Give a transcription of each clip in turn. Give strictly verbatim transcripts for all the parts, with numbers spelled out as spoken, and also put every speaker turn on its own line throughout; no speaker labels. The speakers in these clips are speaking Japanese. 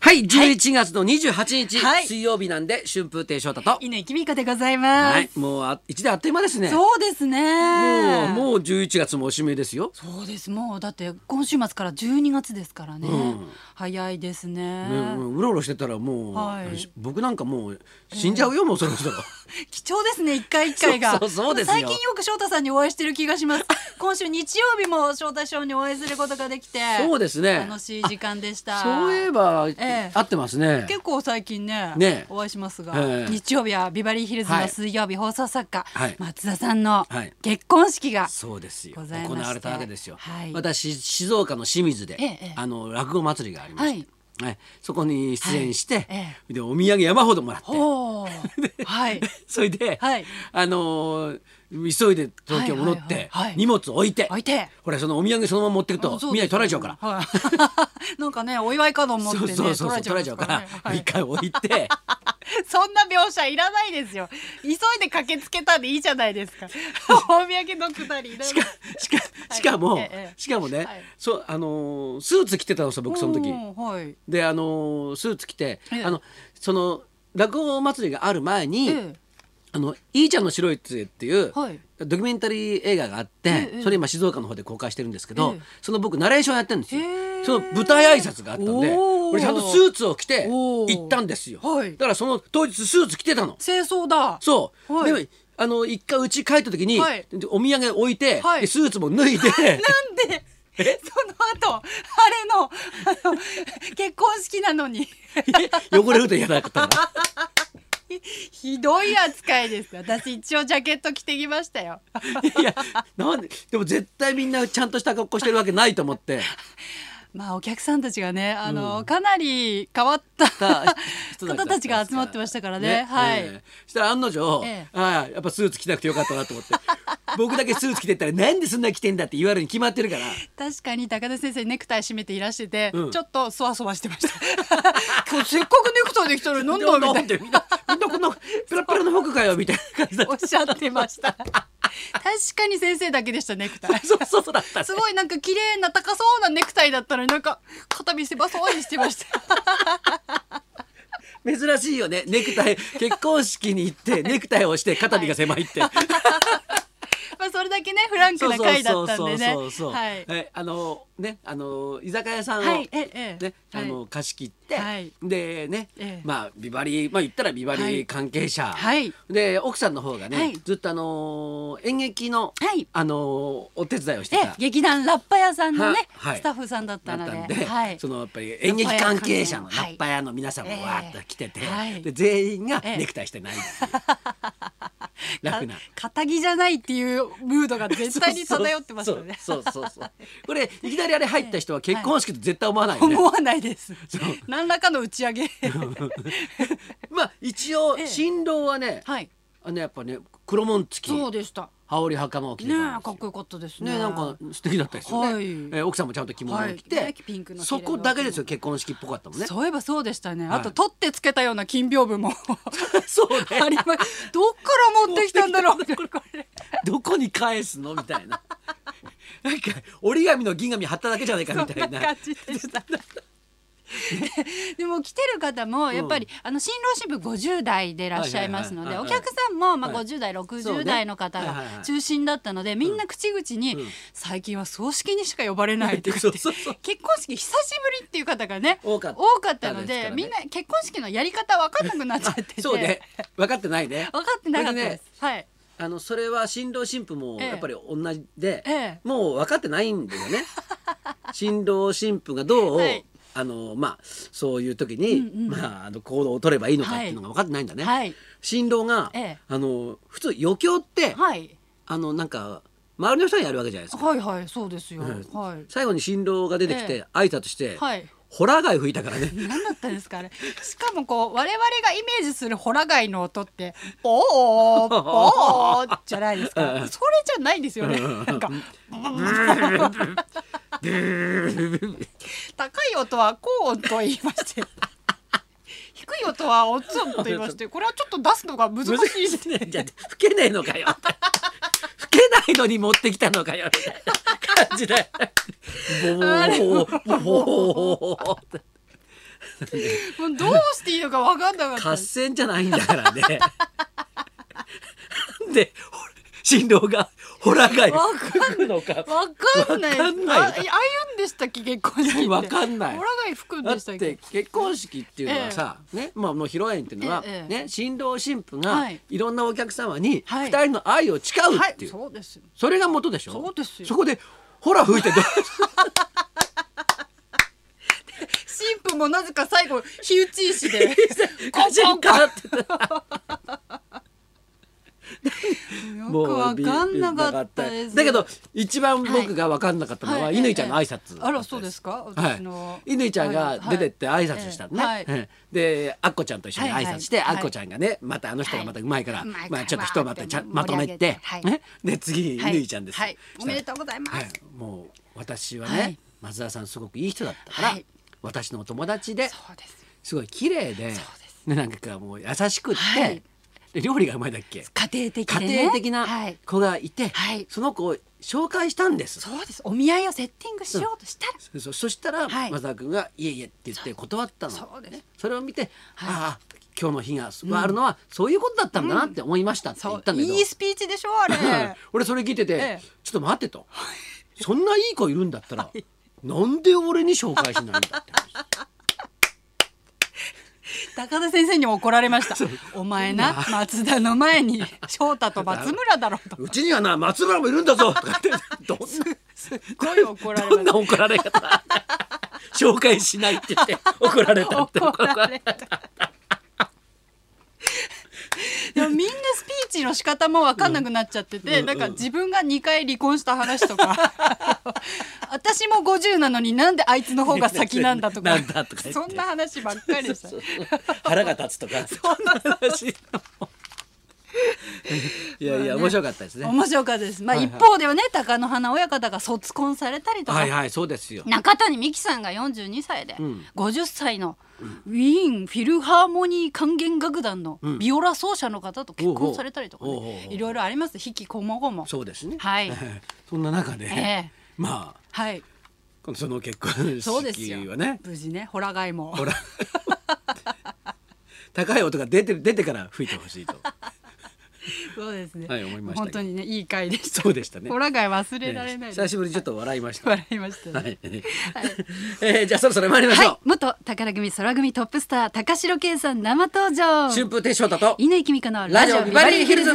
はい、じゅういちがつのにじゅうはちにち、
はい、
水曜日なんで春風亭昇太と
稲木美香でございます。
はい、もうあ一年あっという間ですね。
そうですね。
もうもうじゅういちがつもおしめいですよ。
そうです。もうだって今週末からじゅうにがつですからね。うん、早いですね。
ね、うろうろしてたらもう、はい、僕なんかもう死んじゃうよ、えー、もうそろそろ。
貴重ですね、一回一回が。
そうそうそうですよ。
最近よく翔太さんにお会いしてる気がします。今週日曜日も翔太師匠にお会いすることができて、
そうですね。
楽しい時間でした。
そういえば、えー、合ってますね。
結構最近 ね, ねお会いしますが、えー、日曜日はビバリーヒルズの水曜日放送作家、はい、松田さんの結婚式が
そうですよ、
ございまして、
行われたわけですよ。はい、私静岡の清水で、ええ、あの落語祭りがありまして、はいはい、そこに出演して、はいええ、でお土産山ほどもらってはい、それで、はい、あのー急いで東京戻って、はいはいはい、荷物置いて
置いて
ほらそのお土産そのまま持っていくとみんなに取られちゃうから、はい、
なんかねお祝いカード持ってね
そうそうそう取られちゃうから、はい、一回置いて
そんな描写いらないですよ。急いで駆けつけたでいいじゃないですか。お土産のくだり
しかしかしかも、はい、しかもね、はい、そうあのー、スーツ着てたのさ僕その時、はい、であのー、スーツ着て、ええ、あのその落語祭りがある前に、ええ、あのいいちゃんの白い杖っていう、はい、ドキュメンタリー映画があって、ええ、それ今静岡の方で公開してるんですけど、ええ、その僕ナレーションやってるんですよ。その舞台挨拶があったんで俺ちゃんとスーツを着て行ったんですよ、はい、だからその当日スーツ着てたの。
清掃だ。
そう、はい、でもあの一回家帰った時に、はい、お土産置いて、はい、スーツも脱いでなん
でえその後あれの、あの結婚式なのに
汚れると嫌だったから
ひどい扱いです。私一応ジャケット着てきましたよ
いやなんででも絶対みんなちゃんとした格好してるわけないと思って
まあお客さんたちがねあの、うん、かなり変わった方たちが集まってましたからね。ねはい、えー、
そしたら案の定、えー、あやっぱスーツ着なくてよかったなと思って僕だけスーツ着てったらなんでそんな着てんだって言われるに決まってるから。
確かに高田先生ネクタイ締めていらしてて、うん、ちょっとそわそわしてました今日せっかくネクタイできたらなんだみたいなみんなみんな
このペラペラの服かよみたいな感じで
おっしゃってました確かに先生だけでしたネクタイ
そうそうそうだった、ね、
すごいなんか綺麗な高そうなネクタイだったのになんか肩身狭そうにしてました
珍しいよねネクタイ結婚式に行ってネクタイをして肩身が狭いって、はい
まあそれだけねフランクな会だったんでね。
あのねあの居酒屋さんを、はいええねあのはい、貸し切って、はい、でね、ええ、まあビバリーまあ言ったらビバリー関係者、はい、で奥さんの方がね、はい、ずっとあの演劇の、はい、あのお手伝いをしてた
劇団ラッパ屋さんのね、はい、スタッフさんだったので、
ではい、そのやっぱり演劇関係者のラッパ屋の皆さんもわーっと来てて、はい、で全員がネクタイしてないっていう。楽な
肩着じゃないっていうムードが絶対に漂ってますよね。
そうそうそうそうこれいきなりあれ入った人は結婚式と絶対思わないよね、
はい、思わないです何らかの打ち上げ
まあ一応新郎はね、はい、あのやっぱね黒紋付き
そうでした
羽織袴を着てたんですよ
ね。かっこよかったですね。
ねなんか素敵だったですよね、はいえー、奥さんもちゃんと着物を着て、はい、ピンクのそこだけですよ結婚式っぽかったもんね。
そういえばそうでしたね、はい、あと取ってつけたような金屏風も
そうね
ありまどっから持ってきたんだろう
どこに返すのみたいななんか折り紙の銀紙貼っただけじゃないかみたいな
そんな感じでしたでも来てる方もやっぱり、うん、あの新郎新婦ごじゅう代でいらっしゃいますので、お客さんもまあごじゅう代、はい、ろくじゅう代の方が中心だったので、みんな口々に、うん、最近は葬式にしか呼ばれないって言って結婚式久しぶりっていう方がね多かったので、ね、みんな結婚式のやり方分かんなくなっちゃってて
そうね分かってないね
分かってなかったです、ね、はい
あのそれは新郎新婦もやっぱり同じで、ええ、もう分かってないんだよね新郎新婦がどう、はいあのまあ、そういう時に、うんうんまあ、あの行動を取ればいいのかっていうのが分かってないんだね、はい、新郎が、ええ、あの普通余興って、はい、あのなんか周りの人がやるわけじゃないですか。
はいはいそうですよ、うんはい、
最後に新郎が出てきて、ええ、挨拶して、はい、ホラ貝吹いたからね
何だったんですかねしかもこう我々がイメージするホラ貝の音ってボーボーじゃないですかそれじゃないんですよねなんか高い音は高音と言いまして低い音はオツ音と言いましてこれはちょっと出すのが難しいですね
じゃ吹けねえのかよ吹けないのに持ってきたのかよみたいな感じでボーボーボー
もうどうしていいのか分かんなかった。
合戦じゃないんだからね。で新郎がホラ貝吹くのか
分かんない。ああいうんでしたっけ結婚式って。
分かんない。
ホラ貝吹くんでしたっけ。
だって結婚式っていうのはさ、ええ、ね、まあもう披露宴っていうのは、ええ、ね、新郎新婦がいろんなお客様に二人の愛を誓うっていう、はいはい、そうです。それが元でしょ。そうですよ。そこでホラ吹いてどう
新婦もなぜか最後火打ち石で
カチンカって
よく分かんなかったです。
だけど一番僕が分かんなかったのは乾ちゃんの挨拶。
あらそうですか。私の
乾ちゃんが出てって挨拶したのね。でアッコちゃんと一緒に挨拶して、アッコちゃんがねまたあの人がまたうまいから、まあちょっとひとまたまとめて、で次乾ちゃんです。
おめでとうございます。
もう私はね松田さんすごくいい人だったから私のお友達ですごい綺麗でなんかもう優しくって。料理がうまいだっけ。
家庭的でね、
家庭的な子がいて、はい、その子を紹介したんです。
そうです。お見合いをセッティングしようとしたら、
うん、そ, そしたら、はい、松田君がいえいえって言って断ったの。そうです。それを見て、はい、ああ今日の日があるのは、うん、そういうことだったんだなって思いましたって言ったんだけど、
いいスピーチでしょあれ。
俺それ聞いてて、ええ、ちょっと待ってと、そんないい子いるんだったら、はい、なんで俺に紹介しないんだって
高田先生にも怒られました。お前な松田の前に翔太と松村だろうと。
うちにはな松村もいるんだぞとかってどんな
すっごい怒られました。
どんな怒られ方紹介しないって言って怒られたって怒られた。
でもみんなスピーチの仕方も分かんなくなっちゃってて、うん、なんか自分がにかい離婚した話とか私もごじゅうなのになんであいつの方が先なんだとかそんな話ばっかりでした。
腹が立つとかそんな話いやいや面白かったですね。
面白かったです。まあ一方ではね、貴乃花親方が卒婚されたりとか、
はいはいそうですよ。
中谷美紀さんがよんじゅうにさいで、うん、ごじゅっさいのウィーンフィルハーモニー管弦楽団のビオラ奏者の方と結婚されたりとかね、いろいろあります。引きこもごも。
そうですね。
はい。
そんな中で、えー、まあ、
はい、
その結婚式はね、
無事ね、ホラ貝も。
ホラ高い音が出て出てから吹いてほしいと。
そうですね。
はい、思いました。
本当にね、いい回でした。
そうでしたね。
ホラ貝忘れられない。
久しぶりにちょっと笑いました。
笑いました。
はい。えー、じゃあそろそろ参りましょう。
元宝組空組トップスター高城圭さん生登場。
春風亭昇太と
乾きみかの
ラジオビバリーヒルズ。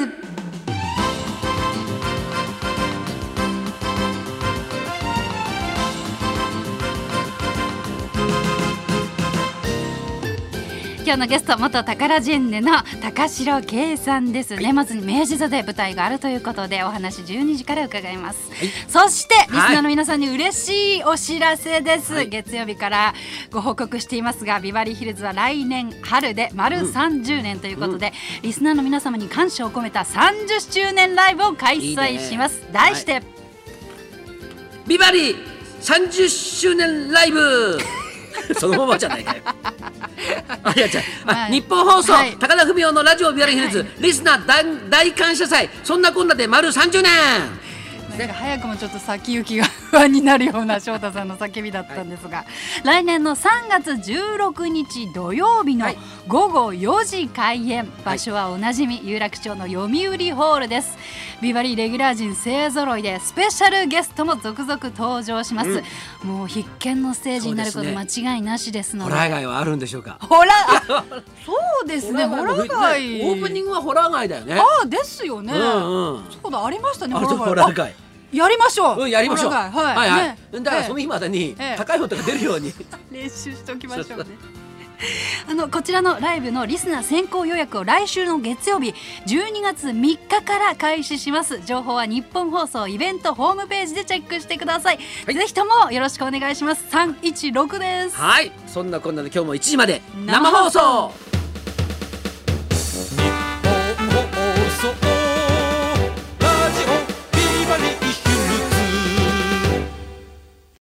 今日のゲスト元タカラジェンヌの高城圭さんですね、はい、まず明治座で舞台があるということでお話じゅうにじから伺います、はい、そしてリスナーの皆さんに嬉しいお知らせです、はい、月曜日からご報告していますがビバリーヒルズは来年春で丸さんじゅうねんということで、うん、リスナーの皆様に感謝を込めたさんじゅっしゅうねんライブを開催します。いいね。題して、はい、
ビバリーさんじゅっしゅうねんライブそのままじゃないかよあいやじゃあ、はい、日本放送、はい、高田文夫のラジオビバリーヒルズ、はい、リスナー 大, 大感謝祭、そんなこんなで丸さんじゅうねん。
なんか早くもちょっと先行きが不安になるような翔太さんの叫びだったんですが、はい、来年のさんがつじゅうろくにち土曜日のごごよじ開演、はい、場所はおなじみ有楽町の読売ホールです。ビバリーレギュラー陣勢ぞろいでスペシャルゲストも続々登場します、うん、もう必見のステージになること間違いなしですので。
ホラー街はあるんでしょうか。
ホラーそうですね、ホラー街
オープニングはホラー街だよね。
ああですよね、うんうん、そうだありましたね。
あホラー街
やりましょう、
うん、やりましょう。
はい
はい、はいね、だからその日までに高い音が出るように、
ええ、練習しておきましょうねあのこちらのライブのリスナー先行予約を来週の月曜日じゅうにがつみっかから開始します。情報は日本放送イベントホームページでチェックしてください、はい、ぜひともよろしくお願いします。さんいちろくです。
はい、そんなこんなで今日もいちじまで生放送。